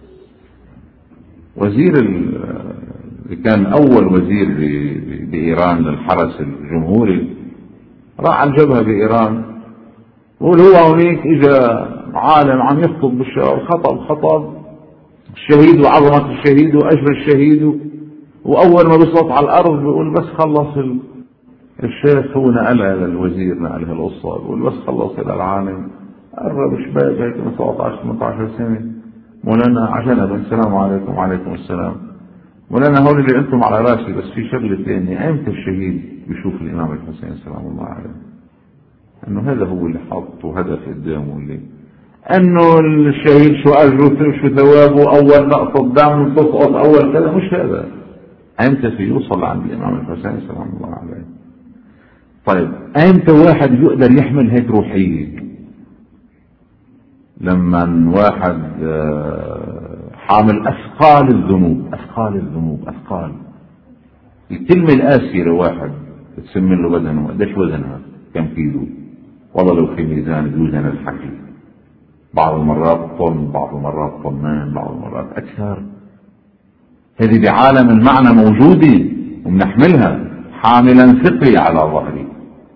وزير اللي كان اول وزير بايران للحرس الجمهوري، راح على الجبهه بايران، وقول هو هونيك اجا عالم عم يخطب بالشارع، خطب الشهيد وعظمة الشهيد واجر الشهيد، واول ما بيسقط على الارض بيقول بس خلص الشيخ، هو نقلها للوزير، نقلها القصة، بيقول بس خلص الى العالم، قرب شباب هيك من 17 18 سنة، مولانا عشان السلام عليكم. وعليكم السلام. مولانا هون اللي انتم على راسي، بس في شغلة ثانية، امتى الشهيد بيشوف الامام الحسين سلام الله عليه؟ انه هذا هو اللي حاطه هدف قدامه، اللي انه الشهيد شو اجره شو ثوابه، اول نقطة دم تسقط، اول كذا، مش هذا. امتى في يوصل عند الامام الحسين سلام الله عليه؟ طيب امتى واحد يقدر يحمل هيك روحية؟ لما واحد حامل اثقال الذنوب، اثقال الكلمة القاسية لواحد تسمي له بدنه، قديش وزنها، كم كيلو، والله لو في ميزان يوزن الحكي، بعض المرات طن، بعض المرات طنين، بعض المرات اكثر. هذه بعالم المعنى موجودة وبنحملها حاملا ثقلي على ظهري.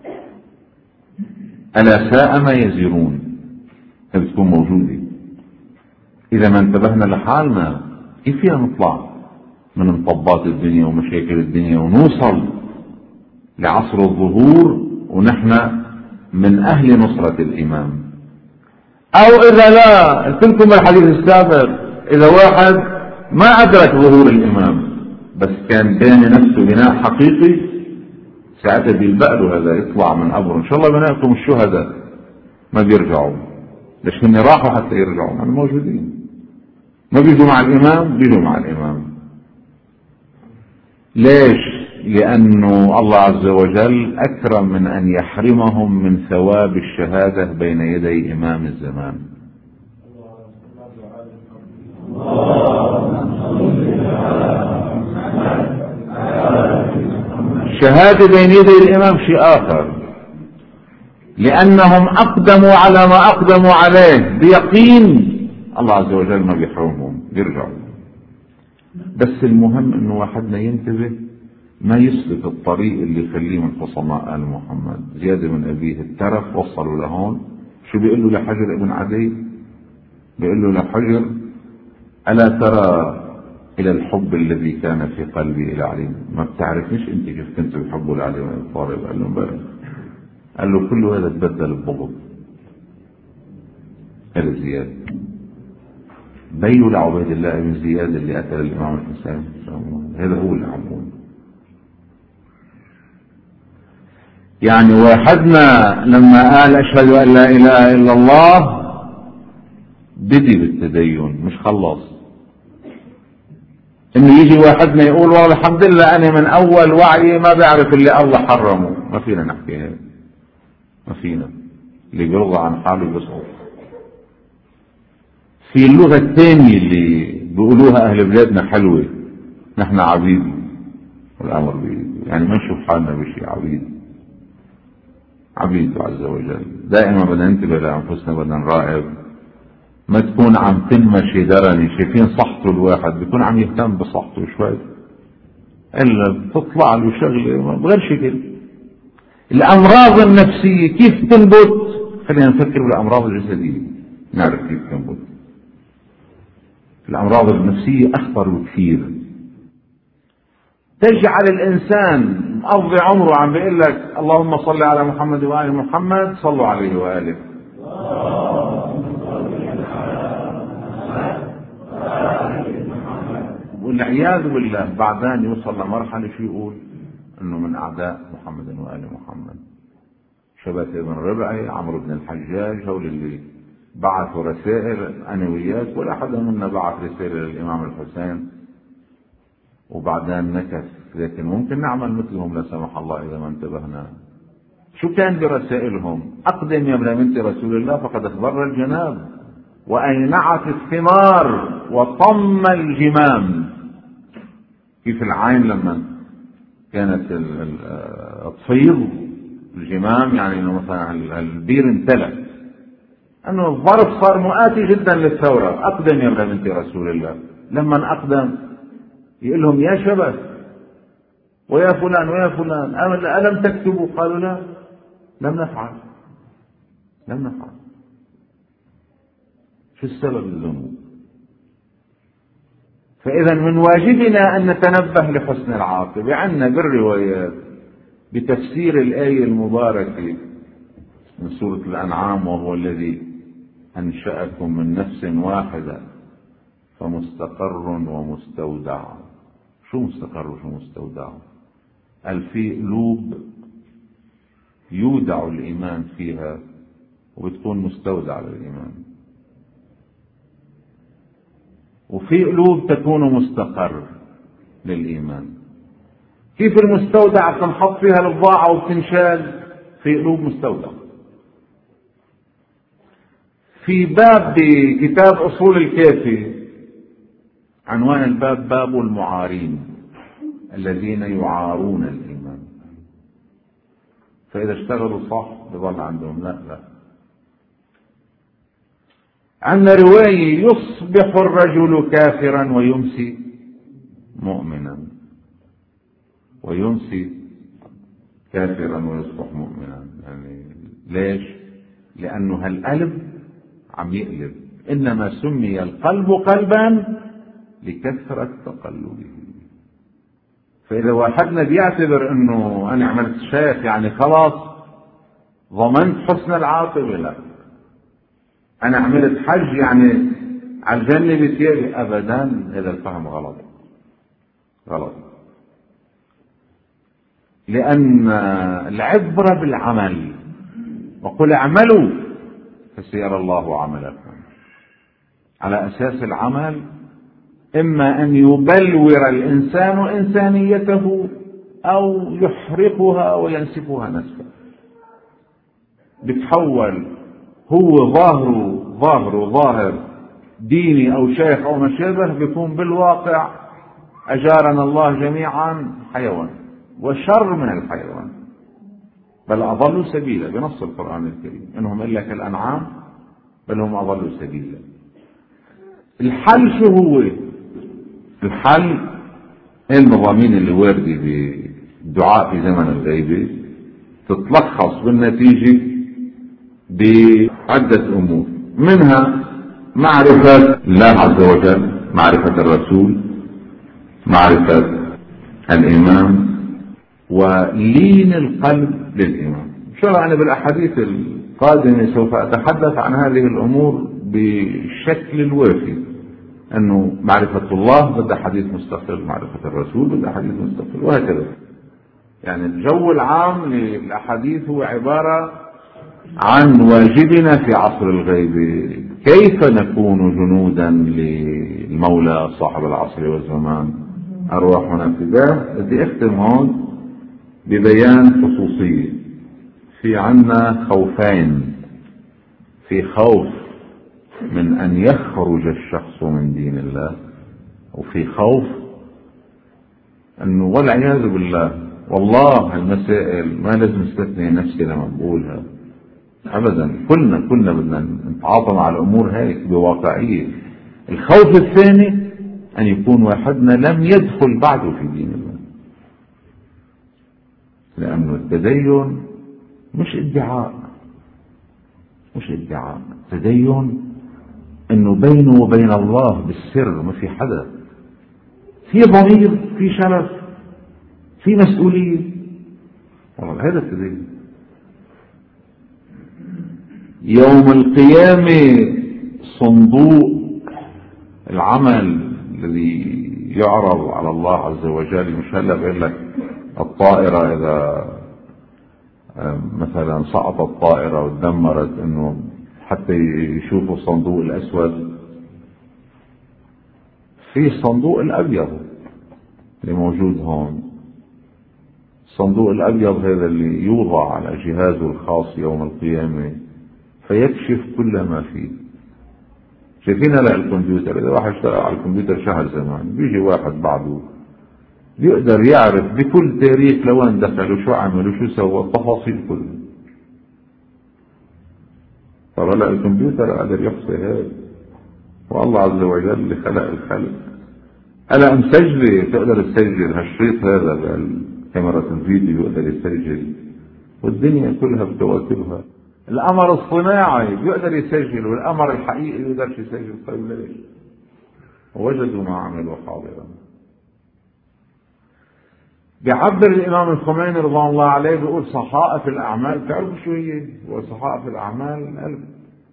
ألا ساء ما يزرون. هذه بتكون موجودة. إذا ما انتبهنا لحالنا كيف فينا نطلع؟ من مطبات الدنيا ومشاكل الدنيا، ونوصل لعصر الظهور ونحن من أهل نصرة الإمام. أو إذا لا، قلت لكم الحديث السابق، إذا واحد ما أدرك ظهور الإمام بس كان باني نفسه بناء حقيقي، ساعتها بيلبق له هذا، يطلع من قبره. إن شاء الله بناءكم الشهداء ما بيرجعوا، ليش هن راحوا حتى يرجعوا، يعني موجودين، ما بيجوا مع الإمام، بيجوا مع الإمام. ليش؟ لأنه الله عز وجل أكرم من أن يحرمهم من ثواب الشهادة بين يدي إمام الزمان. الشهادة بين يدي الإمام شيء آخر، لأنهم أقدموا على ما أقدموا عليه بيقين، الله عز وجل ما بيحرمهم، بيرجعوا. بس المهم أنه واحدنا ينتبه ما يسلك الطريق اللي يخليه من خصماء آل محمد. زياد بن أبيه الترف وصلوا لهون، شو بيقول له لحجر ابن عدي؟ بيقول له لحجر: ألا ترى إلى الحب الذي كان في قلبي إلى علي؟ ما بتعرفنيش أنت كيف كنت بحبه لعلي بن أبي طالب؟ قال له بلى. قال له كل هذا تبدل ببغض. هذا زياد بينه لعبيد الله بن زياد اللي قتل الإمام الحسين، هذا هو اللي عمله. يعني واحدنا لما قال أشهد أن لا إله إلا الله بدي بالتدين، مش خلص. إنه يجي واحدنا يقول والله الحمد لله أنا من أول وعي ما بعرف اللي الله حرمه، ما فينا نحكي هيك، ما فينا. اللي بيرضى عن حاله بيسقط. في اللغة الثانية اللي بيقولوها أهل بلادنا حلوة: نحن عبيد والأمر بيد، يعني ما نشوف حالنا بشيء، عبيد عز وجل. دائما بدنا ننتبه لأنفسنا، بدنا نراقب، ما تكون عم تنمشي درني. شايفين صحته الواحد بيكون عم يهتم بصحته شوي، إلا بتطلع له شغلة بغير شكل. الأمراض النفسية كيف تنبت؟ خلينا نفكر بالأمراض الجسدية نعرف كيف تنبت. الأمراض النفسية أخطر بكثير. تجعل الإنسان مقضي عمره عم بيقول لك اللهم صل على محمد وآل محمد، صلوا عليه وآله. والعياذ بالله بعدين يوصل لمرحلة شو يقول؟ انه من اعداء محمد وآل محمد. شبت بن ربعي، عمرو بن الحجاج، هول اللي بعثوا رسائل انا وياك ولا حدا منا بعث رسالة للامام الحسين وبعدين نكث، لكن ممكن نعمل مثلهم لا سمح الله اذا ما انتبهنا. شو كان برسائلهم؟ اقدم يا ابن بنت رسول الله فقد اخبر الجناب واينعت الثمار وطم الجمام. كيف العين لما كانت تفيض الجمام، يعني انه مثلا البير امتلأ، انه الظرف صار مؤاتي جدا للثورة. اقدم يا ابن بنت رسول الله. لما اقدم يقول لهم يا شباب ويا فلان ويا فلان ألم تكتبوا؟ قالوا لا، لم نفعل. شو السبب؟ الذنوب. فإذا من واجبنا أن نتنبه لحسن العاقبة. عندنا بالروايات بتفسير الآية المباركة من سورة الأنعام: وهو الذي أنشأكم من نفس واحدة فمستقر ومستودع. شو مستقر وشو مستودع؟ قال في قلوب يودع الإيمان فيها وبتكون مستودع للإيمان، وفي قلوب تكون مستقر للإيمان. كيف المستودع تنحط فيها البضاعة وبتنشال؟ في قلوب مستودع. في باب بكتاب أصول الكافي عنوان الباب: باب المعارين الذين يعارون الإيمان. فإذا اشتغلوا صح بظل عندهم لا. عندنا رواية: يصبح الرجل كافرا ويمسي مؤمنا، ويمسي كافرا ويصبح مؤمنا. يعني ليش؟ لأنه هالقلب عم يقلب. إنما سمي القلب قلبا لكثرة تقلبه. فإذا واحدنا بيعتبر أنه أنا عملت شيخ يعني خلاص ضمنت حسن العاقبة، لا، أنا عملت حج يعني على الجنة بتيجي، أبدا، هذا الفهم غلط غلط. لأن العبرة بالعمل، وقل اعملوا فسيرى الله عملكم. على أساس العمل إما أن يبلور الإنسان إنسانيته أو يحرقها وينسفها نسفا. بتحول هو ظاهر ديني أو شيخ أو ما شابه، بيكون بالواقع أجارنا الله جميعا حيوان وشر من الحيوان، بل أضلوا سبيلا بنص القرآن الكريم، إنهم إلا كالأنعام بل هم أضلوا سبيلا. الحل شو هو؟ الحل المضامين اللي واردة بالدعاء في زمن الغيبة تتلخص بالنتيجة بعدة أمور، منها معرفة الله عز وجل، معرفة الرسول، معرفة الإمام، ولين القلب للإمام. إن شاء الله أنا بالأحاديث القادمة سوف أتحدث عن هذه الأمور بالشكل الوافي، أنه معرفة الله بدها حديث مستقل، معرفة الرسول بدها حديث مستقل، وهكذا. يعني الجو العام للأحاديث هو عبارة عن واجبنا في عصر الغيب، كيف نكون جنودا للمولى صاحب العصر والزمان، أرواحنا فداه. بدي أختم هون ببيان خصوصية. في عنا خوفين، في خوف من أن يخرج الشخص من دين الله، وفي خوف أنه والعياذ بالله، والله المسائل ما لازم استثني نفسي لما بقولها أبدا، كلنا بدنا نتعاطى مع الأمور هيك بواقعية. الخوف الثاني أن يكون واحدنا لم يدخل بعده في دين الله، لأنه التدين مش ادعاء، التدين انه بينه وبين الله بالسر، ما في حدا، في ضمير، في شرف، في مسؤولية. والله هذا التدين. يوم القيامة صندوق العمل الذي يعرض على الله عز وجل، مش هلا بقول لك الطائرة إذا مثلا سقطت طائرة وتدمرت، انه حتى يشوفوا الصندوق الأسود، في الصندوق الأبيض اللي موجود هون. الصندوق الأبيض هذا اللي يوضع على جهازه الخاص يوم القيامة فيكشف كل ما فيه. شايفين هلا الكمبيوتر، إذا واحد اشتغل على الكمبيوتر شهر زمان، بيجي واحد بعده يقدر يعرف بكل تاريخ لوين دخل وشو عمل وشو سوى، التفاصيل كلها. طب هلا الكمبيوتر قادر يحصي هذا، والله عز وجل اللي خلق الخلق هلا مسجله، تقدر تسجل هالشريط هذا بالكاميرا الفيديو، يقدر يسجل، والدنيا كلها بكواكبها. القمر الصناعي بيقدر يسجل، والقمر الحقيقي بيقدرش يسجل. طيب ليش؟ ووجدوا ما عملوا حاضرا. بيعبر الإمام الخميني رضوان الله عليه بيقول صحائف الأعمال، بتعرفوا شو هي؟ وصحائف الأعمال القلب.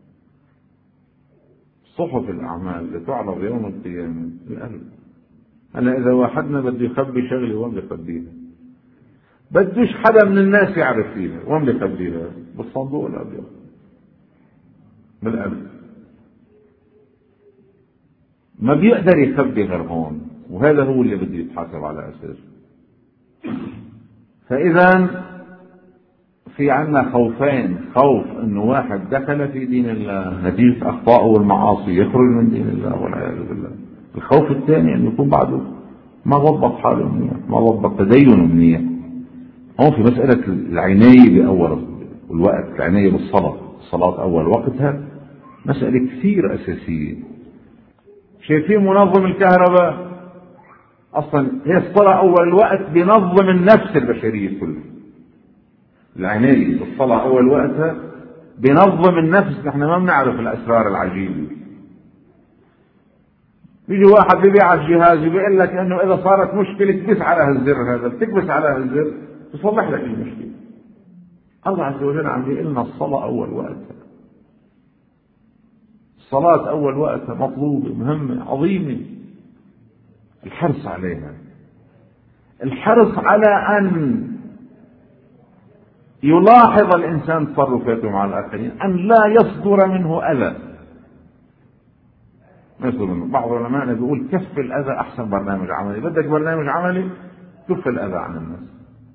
صحف الأعمال اللي تعرض يوم القيامة القلب. أنا إذا واحدنا بده يخبي شغلة وين بيخبيها؟ بدوش حدا من الناس يعرف فيها، وين بيخبيها؟ بالصندوق الأبيض بالقلب. ما بيقدر يخبي غير هون، وهذا هو اللي بده يتحاسب على أساسه. فإذا في عنا خوفين، خوف انه واحد دخل في دين الله نتيجة اخطائه والمعاصي يخرج من دين الله والعياذ بالله. الخوف الثاني انه يكون بعده ما ضبط حاله منيح، ما ضبط تدينه منيح. هون في مسألة العناية بأول الوقت، العناية بالصلاة، الصلاة أول وقتها مسألة كثير أساسية. شايفين منظم الكهرباء أصلا هي الصلاة أول وقت بينظم النفس البشرية كلها. العناية بالصلاة أول وقتها بينظم النفس. نحن ما بنعرف الأسرار العجيبة. بيجي واحد بيبيع الجهاز بيقول لك انه اذا صارت مشكله تكبس على هالزر هذا، بتكبس على هالزر تصلح لك المشكله. الله عز وجل عم بيقول لنا الصلاه اول وقتها، الصلاه اول وقتها مطلوبه مهمه عظيمه، الحرص عليها، الحرص على ان يلاحظ الانسان تصرفاته مع الاخرين، ان لا يصدر منه اذى. مثلا بعض علماءنا بيقول كف الاذى احسن برنامج عملي. بدك برنامج عملي كف الاذى عن الناس،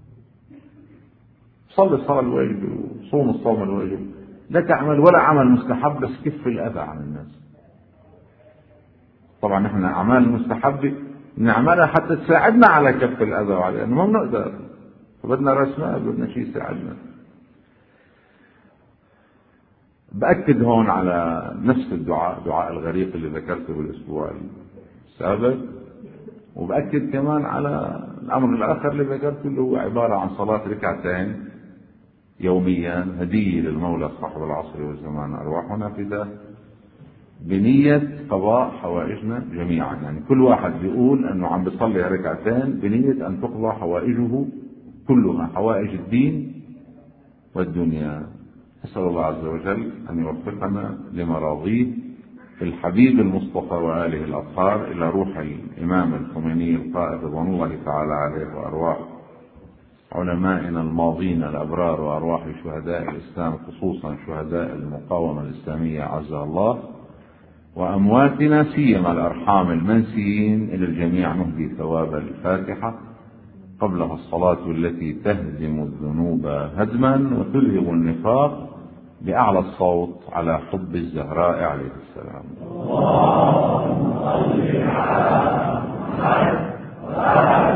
صلي الصلاه الواجبه وصوم الصوم الواجب، لا تعمل ولا عمل مستحب بس كف الاذى عن الناس. طبعا نحن اعمال مستحبه نعملها حتى تساعدنا على كف الاذى وعلى لانه ما بنقدر، فبدنا راس مال، بدنا شيء يساعدنا. بأكد هون على نفس الدعاء، دعاء الغريق اللي ذكرته بالأسبوع السابق، وبأكد كمان على الأمر الآخر اللي ذكرته اللي هو عبارة عن صلاة ركعتين يوميا هدية للمولى صاحب العصر والزمان أرواحنا فداه، بنية قضاء حوائجنا جميعا. يعني كل واحد بيقول أنه عم بيصلي ركعتين بنية أن تقضى حوائجه كلها، حوائج الدين والدنيا. أسأل الله عز وجل أن يوفقنا لمراضيه الحبيب المصطفى وآله الأطهار، إلى روح الإمام الخميني القائد رضوان الله تعالى عليه، وأرواح علمائنا الماضين الأبرار، وأرواح شهداء الإسلام خصوصا شهداء المقاومة الإسلامية عز الله، وأمواتنا سيما الأرحام المنسيين. إلى الجميع نهدي ثواب الفاتحة قبلها الصلاة التي تهزم الذنوب هدما وتذهب النفاق بأعلى الصوت على حب الزهراء عليه السلام. اللهم صل على محمد